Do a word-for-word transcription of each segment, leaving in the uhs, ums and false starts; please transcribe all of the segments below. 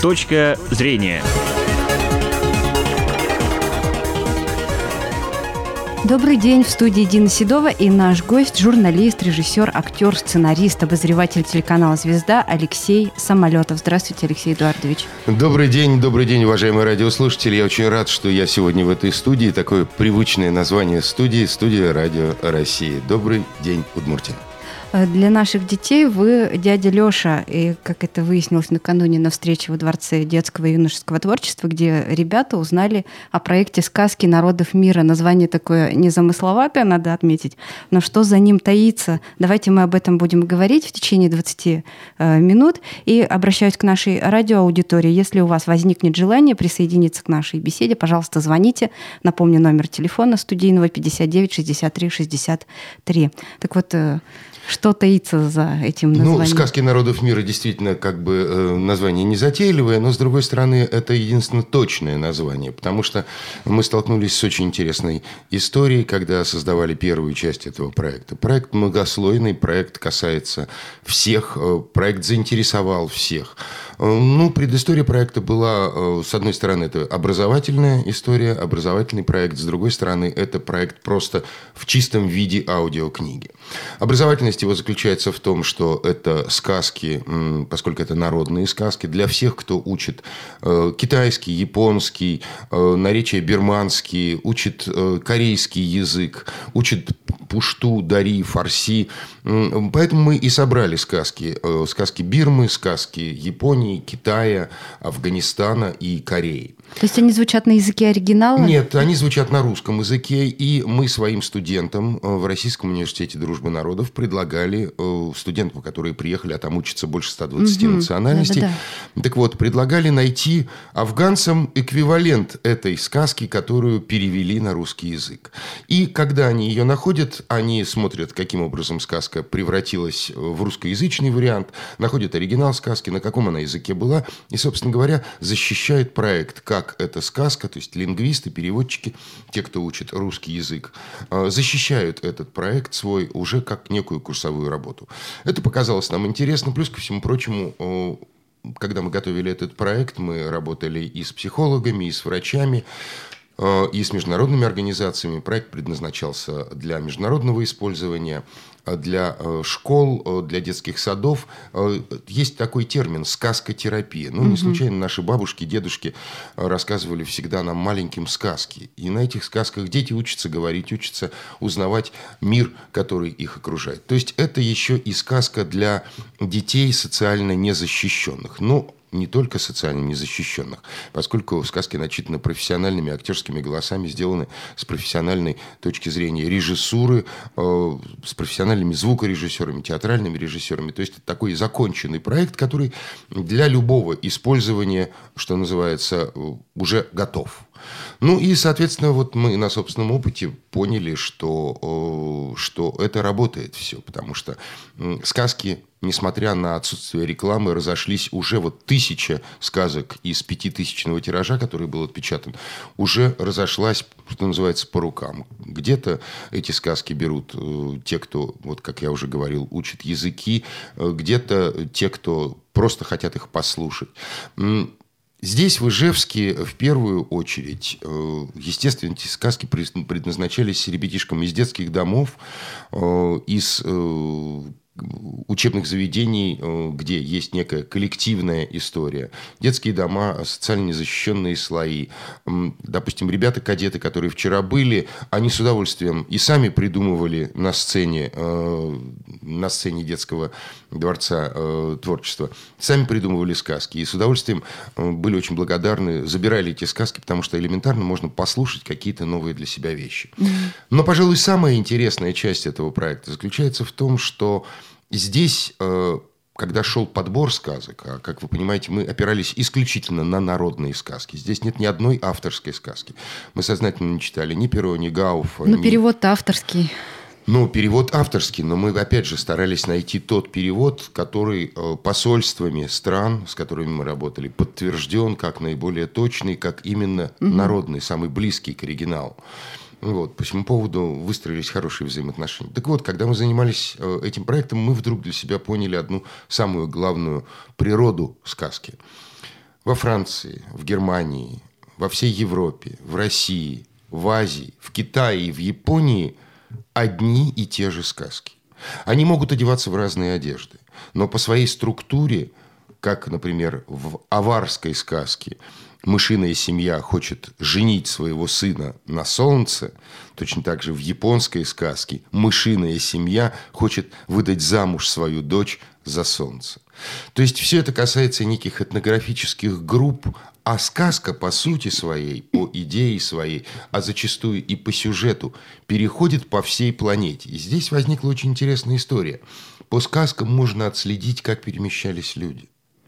Точка зрения. Добрый день, в студии Дина Седова и наш гость, журналист, режиссер, актер, сценарист, обозреватель телеканала «Звезда» Алексей Самолетов. Здравствуйте, Алексей Эдуардович. Добрый день, добрый день, уважаемые радиослушатели. Я очень рад, что я сегодня в этой студии. Такое привычное название студии – студия «Радио России». Добрый день, Удмуртия. Для наших детей вы дядя Леша, и, как это выяснилось накануне на встрече во Дворце детского и юношеского творчества, где ребята узнали о проекте «Сказки народов мира». Название такое незамысловатое, надо отметить, но что за ним таится? Давайте мы об этом будем говорить в течение двадцати э, минут. И обращаюсь к нашей радиоаудитории. Если у вас возникнет желание присоединиться к нашей беседе, пожалуйста, звоните. Напомню, номер телефона студийного пятьдесят девять шестьдесят три шестьдесят три. Так вот, э, что таится за этим названием? Ну, «Сказки народов мира» действительно как бы э, название незатейливое, но, с другой стороны, это единственно точное название, потому что мы столкнулись с очень интересной историей, когда создавали первую часть этого проекта. Проект многослойный, проект касается всех, э, проект заинтересовал всех. Э, ну, предыстория проекта была, э, с одной стороны, это образовательная история, образовательный проект, с другой стороны, это проект просто в чистом виде аудиокниги. Образовательность его заключается в том, что это сказки, поскольку это народные сказки, для всех, кто учит китайский, японский, наречия бирманские, учит корейский язык, учит пушту, дари, фарси. Поэтому мы и собрали сказки. Сказки Бирмы, сказки Японии, Китая, Афганистана и Кореи. То есть они звучат на языке оригинала? Нет, они звучат на русском языке. И мы своим студентам в Российском университете дружбы народов предлагали, студентам, которые приехали, а там учатся больше ста двадцати угу. национальностей, да-да-да. Так вот, предлагали найти афганцам эквивалент этой сказки, которую перевели на русский язык. И когда они ее находят, они смотрят, каким образом сказка превратилась в русскоязычный вариант, находят оригинал сказки, на каком она языке была, и, собственно говоря, защищают проект, как эта сказка, то есть лингвисты, переводчики, те, кто учит русский язык, защищают этот проект свой уже как некую курсовую работу. Это показалось нам интересно. Плюс, ко всему прочему, когда мы готовили этот проект, мы работали и с психологами, и с врачами, и с международными организациями. Проект предназначался для международного использования, для школ, для детских садов. Есть такой термин «сказкотерапия». Ну, не случайно наши бабушки, дедушки рассказывали всегда нам маленьким сказки. И на этих сказках дети учатся говорить, учатся узнавать мир, который их окружает. То есть это еще и сказка для детей социально незащищенных. Но не только социально незащищенных, поскольку сказки начитаны профессиональными актерскими голосами, сделаны с профессиональной точки зрения режиссуры, э, с профессиональными звукорежиссерами, театральными режиссерами. То есть это такой законченный проект, который для любого использования, что называется, уже готов. Ну и, соответственно, вот мы на собственном опыте поняли, что, что это работает все, потому что сказки, несмотря на отсутствие рекламы, разошлись уже вот тысяча сказок из пятитысячного тиража, который был отпечатан, уже разошлась, что называется, по рукам. Где-то эти сказки берут э, те, кто, вот как я уже говорил, учат языки, э, где-то те, кто просто хотят их послушать. Здесь, в Ижевске, в первую очередь, естественно, эти сказки предназначались ребятишкам из детских домов, из учебных заведений, где есть некая коллективная история. Детские дома, социально незащищенные слои. Допустим, ребята-кадеты, которые вчера были, они с удовольствием и сами придумывали на сцене, на сцене детского дворца творчества, сами придумывали сказки. И с удовольствием были очень благодарны, забирали эти сказки, потому что элементарно можно послушать какие-то новые для себя вещи. Но, пожалуй, самая интересная часть этого проекта заключается в том, что здесь, когда шел подбор сказок, а, как вы понимаете, мы опирались исключительно на народные сказки. Здесь нет ни одной авторской сказки. Мы сознательно не читали ни Перо, ни Гауфа. Но ни... перевод авторский. Ну, перевод авторский, но мы, опять же, старались найти тот перевод, который посольствами стран, с которыми мы работали, подтвержден как наиболее точный, как именно угу. народный, самый близкий к оригиналу. Вот, по всему поводу выстроились хорошие взаимоотношения. Так вот, когда мы занимались этим проектом, мы вдруг для себя поняли одну самую главную природу сказки. во Франции, в Германии, во всей Европе, в России, в Азии, в Китае и в Японии одни и те же сказки. Они могут одеваться в разные одежды, но по своей структуре, как, например, в аварской сказке мышиная семья хочет женить своего сына на солнце, точно так же в японской сказке мышиная семья хочет выдать замуж свою дочь за солнце. То есть все это касается неких этнографических групп, а сказка по сути своей, по идее своей, а зачастую и по сюжету переходит по всей планете. И здесь возникла очень интересная история. По сказкам можно отследить, как перемещались люди.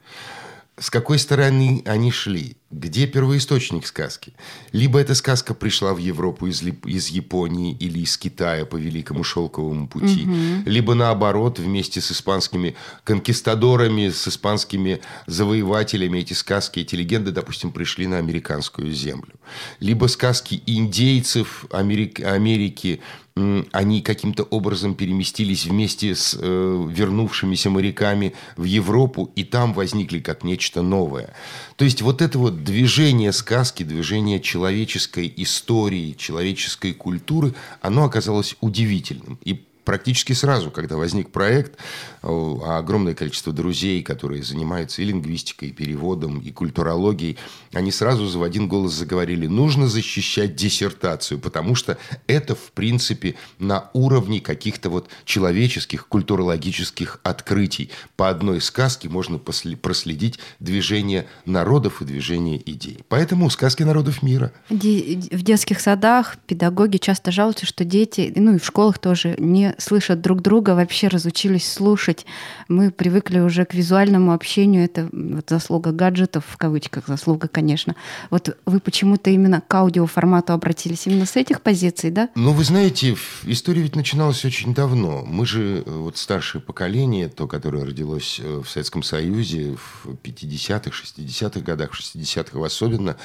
С какой стороны они шли? Где первоисточник сказки? Либо эта сказка пришла в Европу из, из Японии или из Китая по Великому Шелковому пути, угу. либо наоборот, вместе с испанскими конкистадорами, с испанскими завоевателями эти сказки, эти легенды, допустим, пришли на американскую землю. Либо сказки индейцев Америки, Америки они каким-то образом переместились вместе с э, вернувшимися моряками в Европу, и там возникли как нечто новое. То есть вот это вот движение сказки, движение человеческой истории, человеческой культуры, оно оказалось удивительным. И практически сразу, когда возник проект, огромное количество друзей, которые занимаются и лингвистикой, и переводом, и культурологией, они сразу в один голос заговорили: нужно защищать диссертацию, потому что это, в принципе, на уровне каких-то вот человеческих, культурологических открытий. По одной сказке можно проследить движение народов и движение идей. Поэтому сказки народов мира. В детских садах педагоги часто жалуются, что дети, ну и в школах тоже, не слышат друг друга, вообще разучились слушать. Мы привыкли уже к визуальному общению. Это вот заслуга гаджетов, в кавычках заслуга, конечно. Вот вы почему-то именно к аудиоформату обратились именно с этих позиций, да? Ну, вы знаете, история ведь начиналась очень давно. Мы же, вот старшее поколение, то, которое родилось в Советском Союзе в пятидесятых, шестидесятых годах, в шестидесятых особенно,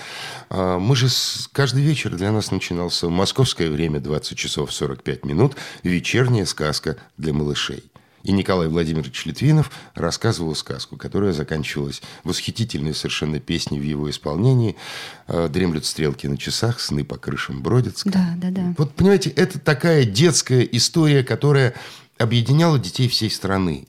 мы же каждый вечер для нас начинался московское время, двадцать часов сорок пять минут, вечерняя сказка для малышей. И Николай Владимирович Литвинов рассказывал сказку, которая заканчивалась восхитительной совершенно песней в его исполнении. «Дремлют стрелки на часах, сны по крышам бродят». Да, да, да. Вот, понимаете, это такая детская история, которая объединяла детей всей страны.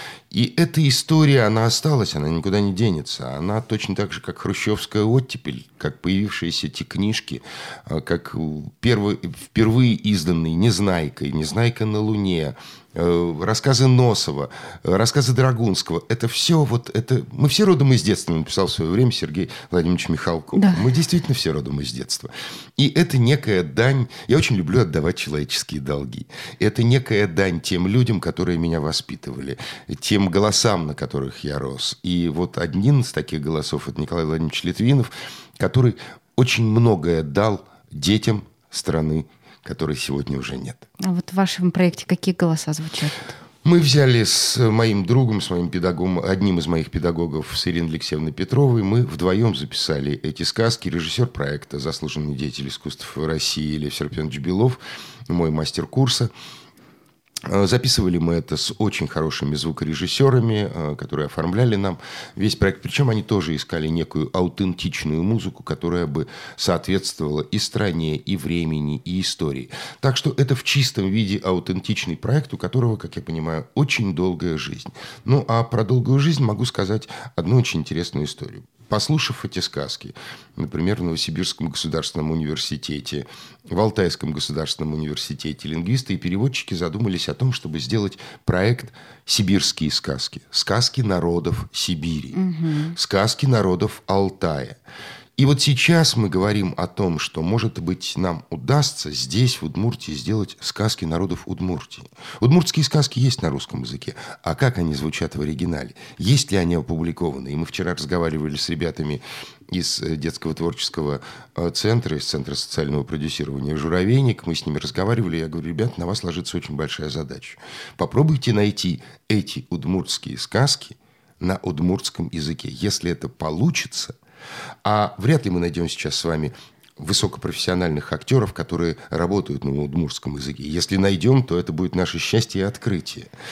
И эта история, она осталась, она никуда не денется. Она точно так же, как хрущевская оттепель, как появившиеся те книжки, как первый, впервые изданные «Незнайка» и «Незнайка на Луне», рассказы Носова, рассказы Драгунского. Это все вот это... Мы все родом из детства, написал в свое время Сергей Владимирович Михалков. Да. Мы действительно все родом из детства. И это некая дань... Я очень люблю отдавать человеческие долги. Это некая дань тем людям, которые меня воспитывали, тем голосам, на которых я рос. И вот один из таких голосов — это Николай Владимирович Литвинов, который очень многое дал детям страны, которой сегодня уже нет. А вот в вашем проекте какие голоса звучат? Мы взяли с моим другом, с моим педагогом, одним из моих педагогов, с Ириной Алексеевной Петровой, мы вдвоем записали эти сказки. Режиссер проекта, заслуженный деятель искусств России Лев Серпионович Белов, мой мастер курса. Записывали мы это с очень хорошими звукорежиссерами, которые оформляли нам весь проект. Причем они тоже искали некую аутентичную музыку, которая бы соответствовала и стране, и времени, и истории. Так что это в чистом виде аутентичный проект, у которого, как я понимаю, очень долгая жизнь. Ну, а про долгую жизнь могу сказать одну очень интересную историю. Послушав эти сказки, например, в Новосибирском государственном университете, в Алтайском государственном университете, лингвисты и переводчики задумались о том, чтобы сделать проект «Сибирские сказки». Сказки народов Сибири, угу. сказки народов Алтая. И вот сейчас мы говорим о том, что, может быть, нам удастся здесь, в Удмуртии, сделать сказки народов Удмуртии. Удмуртские сказки есть на русском языке. А как они звучат в оригинале? Есть ли они опубликованы? И мы вчера разговаривали с ребятами из детского творческого центра, из Центра социального продюсирования «Журавейник». Мы с ними разговаривали. Я говорю: ребят, на вас ложится очень большая задача. Попробуйте найти эти удмуртские сказки на удмуртском языке. Если это получится... А вряд ли мы найдем сейчас с вами высокопрофессиональных актеров, которые работают на удмуртском языке. Если найдем, то это будет наше счастье и открытие.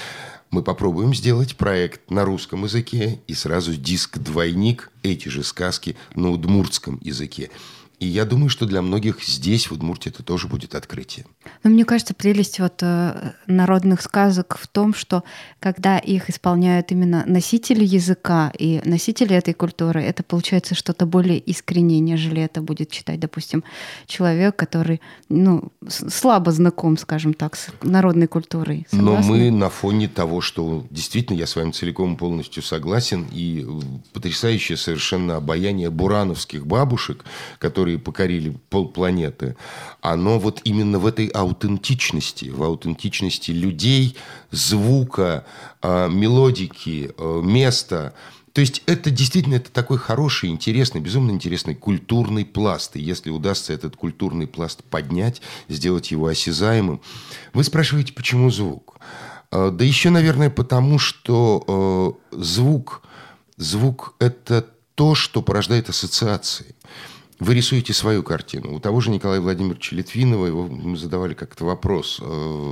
мы попробуем сделать проект на русском языке и сразу диск-двойник, эти же сказки на удмуртском языке. И я думаю, что для многих здесь, в Удмуртии, это тоже будет открытие. Но мне кажется, прелесть вот э, народных сказок в том, что когда их исполняют именно носители языка и носители этой культуры, это получается что-то более искреннее, нежели это будет читать, допустим, человек, который ну, слабо знаком, скажем так, с народной культурой. Согласны? Но мы на фоне того, что действительно я с вами целиком и полностью согласен, и потрясающее совершенно обаяние бурановских бабушек, которые покорили полпланеты, оно вот именно в этой аутентичности, в аутентичности людей, звука, мелодики, места. То есть это действительно это такой хороший, интересный, безумно интересный культурный пласт. И если удастся этот культурный пласт поднять, сделать его осязаемым. Вы спрашиваете, почему звук? Да еще, наверное, потому что звук, звук – это то, что порождает ассоциации. Вы рисуете свою картину. У того же Николая Владимировича Литвинова, его, мы задавали как-то вопрос.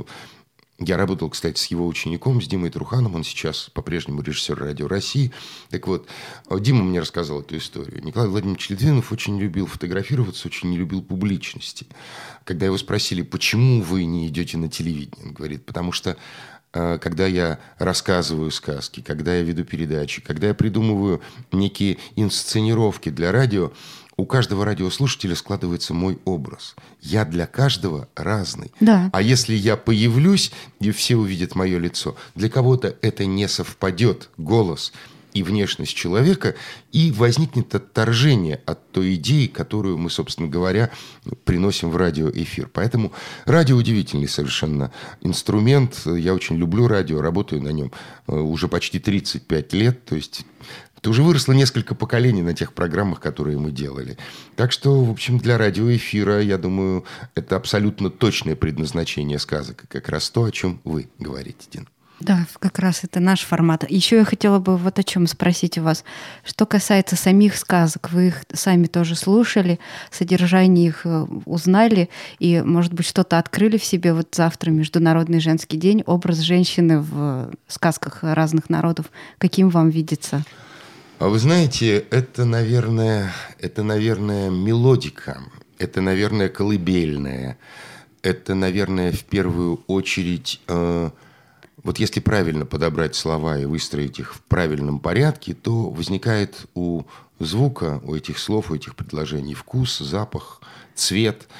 Я работал, кстати, с его учеником, с Димой Труханом. Он сейчас по-прежнему режиссер «Радио России». Так вот, Дима мне рассказал эту историю. Николай Владимирович Литвинов очень любил фотографироваться, очень не любил публичности. Когда его спросили, почему вы не идете на телевидение, он говорит, потому что когда я рассказываю сказки, когда я веду передачи, когда я придумываю некие инсценировки для радио, у каждого радиослушателя складывается мой образ. Я для каждого разный. Да. А если я появлюсь, и все увидят мое лицо, для кого-то это не совпадет, голос и внешность человека, и возникнет отторжение от той идеи, которую мы, собственно говоря, приносим в радиоэфир. Поэтому радио удивительный совершенно инструмент. Я очень люблю радио, работаю на нем уже почти тридцать пять лет, то есть... Это уже выросло несколько поколений на тех программах, которые мы делали. Так что, в общем, для радиоэфира, я думаю, это абсолютно точное предназначение сказок. И как раз то, о чем вы говорите, Дина. Да, как раз это наш формат. Еще я хотела бы вот о чем спросить у вас. Что касается самих сказок, вы их сами тоже слушали, содержание их узнали, и, может быть, что-то открыли в себе. Вот завтра Международный женский день, образ женщины в сказках разных народов. Каким вам видится? А вы знаете, это, наверное, это, наверное, мелодика, это, наверное, колыбельная, это, наверное, в первую очередь, э, вот если правильно подобрать слова и выстроить их в правильном порядке, то возникает у звука, у этих слов, у этих предложений вкус, запах, цвет.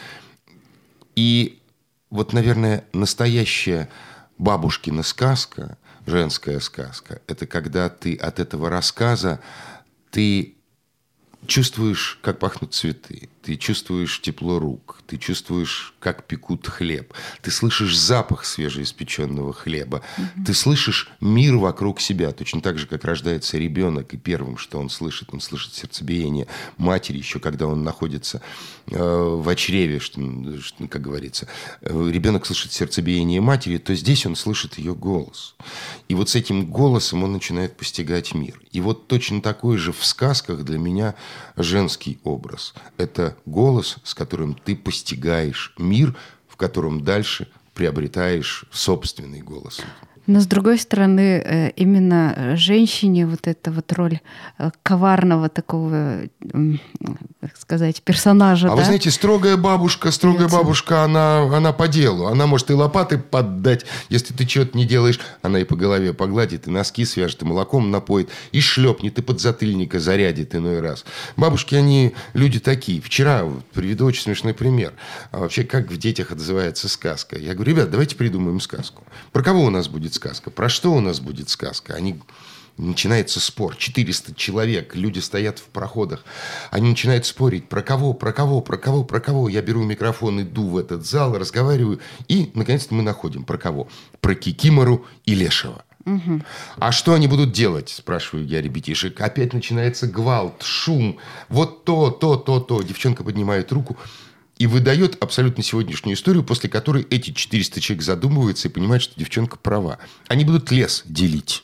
И вот, наверное, настоящая бабушкина сказка, женская сказка, это когда ты от этого рассказа ты чувствуешь, как пахнут цветы, ты чувствуешь тепло рук, ты чувствуешь, как пекут хлеб, ты слышишь запах свежеиспеченного хлеба, mm-hmm. ты слышишь мир вокруг себя, точно так же, как рождается ребенок, и первым, что он слышит, он слышит сердцебиение матери, еще когда он находится э, в чреве, что, что, как говорится, э, ребенок слышит сердцебиение матери, то здесь он слышит ее голос. И вот с этим голосом он начинает постигать мир. И вот точно такой же в сказках для меня женский образ. Это голос, с которым ты постигаешь мир, в котором дальше приобретаешь собственный голос. Но, с другой стороны, именно женщине вот эта вот роль коварного такого, как сказать, персонажа. А да? Вы знаете, строгая бабушка, строгая Нет. бабушка, она, она по делу. Она может и лопаты поддать, если ты что-то не делаешь. Она и по голове погладит, и носки свяжет, и молоком напоит, и шлепнет, и подзатыльника зарядит иной раз. Бабушки, они люди такие. Вчера вот, приведу очень смешной пример. А вообще, как в детях отзывается сказка? Я говорю, ребят, давайте придумаем сказку. Про кого у нас будет сказка? Про что у нас будет сказка? Они... Начинается спор. четыреста человек, люди стоят в проходах. Они начинают спорить. Про кого, про кого, про кого, про кого. Я беру микрофон, иду в этот зал, разговариваю. И, наконец-то, мы находим. Про кого? Про Кикимору и Лешего. Угу. А что они будут делать? Спрашиваю я ребятишек. Опять начинается гвалт, шум. Вот то, то, то, то. Девчонка поднимает руку и выдает абсолютно сегодняшнюю историю, после которой эти четыреста человек задумываются и понимают, что девчонка права. Они будут лес делить.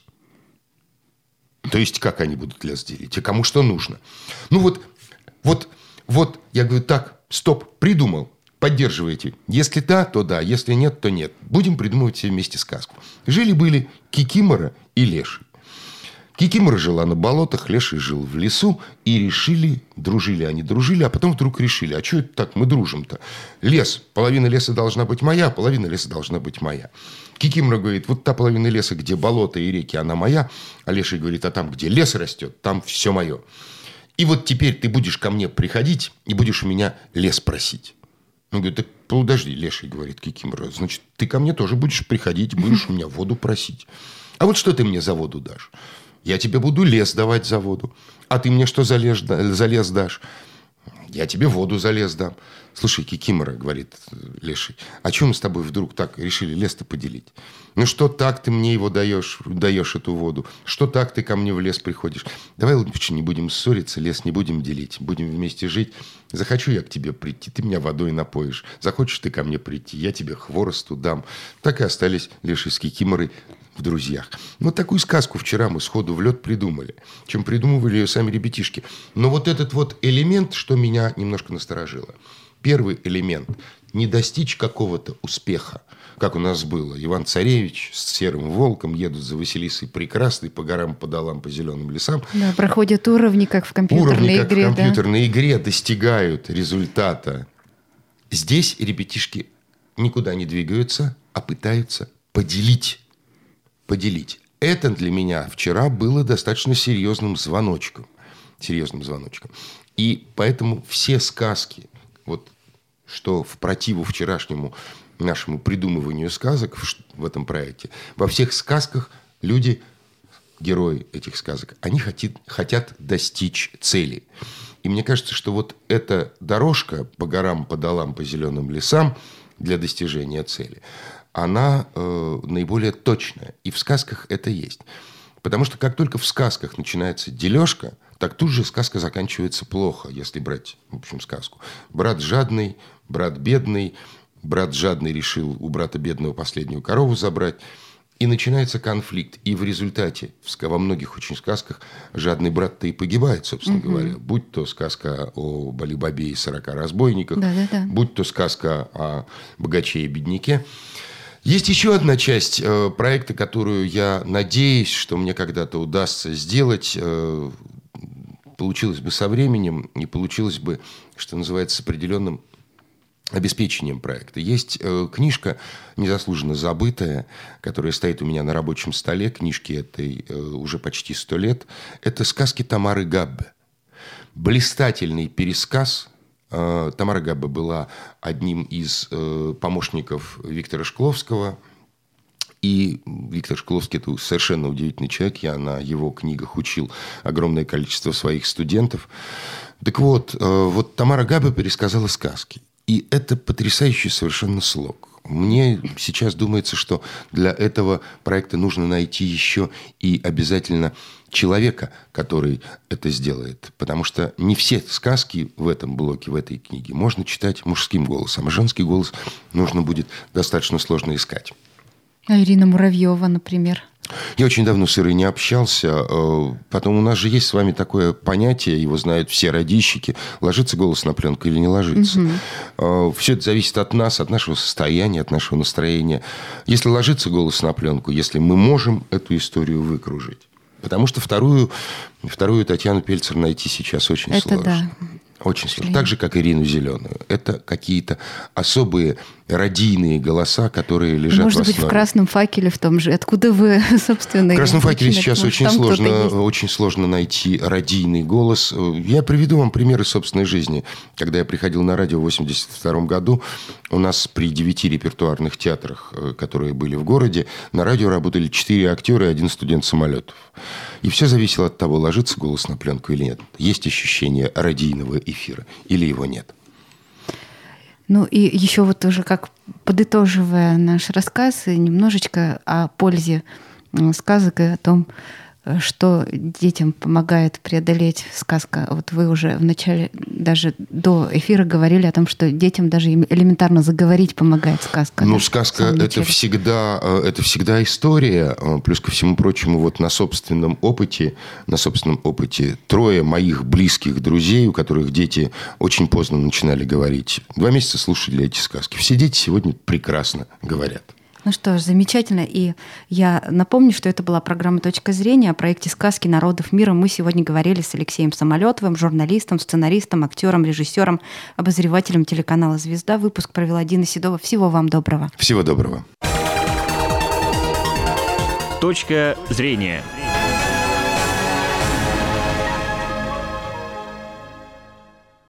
То есть, как они будут лес делить? И кому что нужно? Ну, вот, вот, вот, я говорю, так, стоп, придумал. поддерживаете. Если да, то да, если нет, то нет. Будем придумывать все вместе сказку. Жили-были Кикимора и Леший. Кикимора жила на болотах, Леший жил в лесу. И решили, дружили они, дружили, а потом вдруг решили, а что это так мы дружим-то? Лес, половина леса должна быть моя, половина леса должна быть моя. Кикимора говорит, вот та половина леса, где болото и реки, она моя. А Леший говорит, а там, где лес растет, там все мое. И вот теперь ты будешь ко мне приходить и будешь у меня лес просить. Он говорит, так подожди, Леший, говорит Кикимора, значит, ты ко мне тоже будешь приходить, будешь у меня воду просить. А вот что ты мне за воду дашь? Я тебе буду лес давать за воду. А ты мне что за лес, за лес дашь? Я тебе воду за лес дам. Слушай, Кикимора, говорит Леший, а чего мы с тобой вдруг так решили лес-то поделить? Ну, что так ты мне его даешь, даешь эту воду? Что так ты ко мне в лес приходишь? Давай лучше не будем ссориться, лес не будем делить. Будем вместе жить. Захочу я к тебе прийти, ты меня водой напоишь. Захочешь ты ко мне прийти, я тебе хворосту дам. Так и остались Леший с Кикиморой в друзьях. Вот такую сказку вчера мы сходу в лед придумали. Чем придумывали ее сами ребятишки. Но вот этот вот элемент, что меня немножко насторожило. Первый элемент – не достичь какого-то успеха, как у нас было. Иван-царевич с серым волком едут за Василисой Прекрасной по горам, по долам, по зеленым лесам. Да, проходят уровни, как в компьютерной уровни, игре. Уровни, как в компьютерной да? игре, достигают результата. Здесь ребятишки никуда не двигаются, а пытаются поделить. Поделить. Это для меня вчера было достаточно серьезным звоночком. Серьезным звоночком. И поэтому все сказки, вот, что в противу вчерашнему нашему придумыванию сказок в, в этом проекте, во всех сказках люди, герои этих сказок, они хотят, хотят достичь цели. И мне кажется, что вот эта дорожка по горам, по долам, по зеленым лесам для достижения цели, она э, наиболее точная. И в сказках это есть. Потому что как только в сказках начинается дележка, так тут же сказка заканчивается плохо, если брать, в общем, сказку. Брат жадный, брат бедный, брат жадный решил у брата бедного последнюю корову забрать. И начинается конфликт. И в результате, во многих очень сказках, жадный брат-то и погибает, собственно угу. говоря. Будь то сказка о Бали-Бабе и сорока разбойниках, да, да, да. будь то сказка о богаче и бедняке. Есть еще одна часть э, проекта, которую я надеюсь, что мне когда-то удастся сделать. Э, получилось бы со временем и получилось бы, что называется, с определенным обеспечением проекта. Есть э, книжка, незаслуженно забытая, которая стоит у меня на рабочем столе. Книжке этой э, уже почти сто лет. Это сказки Тамары Габбе. Блистательный пересказ. Э, Тамара Габбе была одним из э, помощников Виктора Шкловского. И Виктор Шкловский – это совершенно удивительный человек. Я на его книгах учил огромное количество своих студентов. Так вот, э, вот Тамара Габбе пересказала сказки. И это потрясающий совершенно слог. Мне сейчас думается, что для этого проекта нужно найти еще и обязательно человека, который это сделает. Потому что не все сказки в этом блоке, в этой книге можно читать мужским голосом. А женский голос нужно будет достаточно сложно искать. А Ирина Муравьева, например? Я очень давно с Ирой не общался. Потом у нас же есть с вами такое понятие, его знают все радищики, ложится голос на пленку или не ложится. Угу. Все это зависит от нас, от нашего состояния, от нашего настроения. Если ложится голос на пленку, если мы можем эту историю выкружить. Потому что вторую, вторую Татьяну Пельцер найти сейчас очень это сложно. Да. Очень сложно. Так же, как Ирину Зеленую. Это какие-то особые радийные голоса, которые лежат Может в основе. Может быть, в «Красном факеле» в том же. Откуда вы, собственно... В «Красном факеле» сейчас очень сложно, очень сложно найти радийный голос. Я приведу вам примеры собственной жизни. Когда я приходил на радио в восемьдесят втором году, у нас при девяти репертуарных театрах, которые были в городе, на радио работали четыре актера и один студент самолетов. И все зависело от того, ложится голос на пленку или нет. Есть ощущение радийного эфира или его нет. Ну и еще вот уже как подытоживая наш рассказ, немножечко о пользе сказок и о том, что детям помогает преодолеть сказка? Вот вы уже в начале, даже до эфира говорили о том, что детям даже элементарно заговорить помогает сказка. Ну, да? сказка — это всегда, это всегда история. Плюс ко всему прочему, вот на собственном опыте, на собственном опыте трое моих близких друзей, у которых дети очень поздно начинали говорить, два месяца слушали эти сказки. Все дети сегодня прекрасно говорят. Ну что ж, замечательно. И я напомню, что это была программа «Точка зрения» о проекте «Сказки народов мира». Мы сегодня говорили с Алексеем Самолетовым, журналистом, сценаристом, актером, режиссером, обозревателем телеканала «Звезда». Выпуск провела Дина Седова. Всего вам доброго. Всего доброго. «Точка зрения».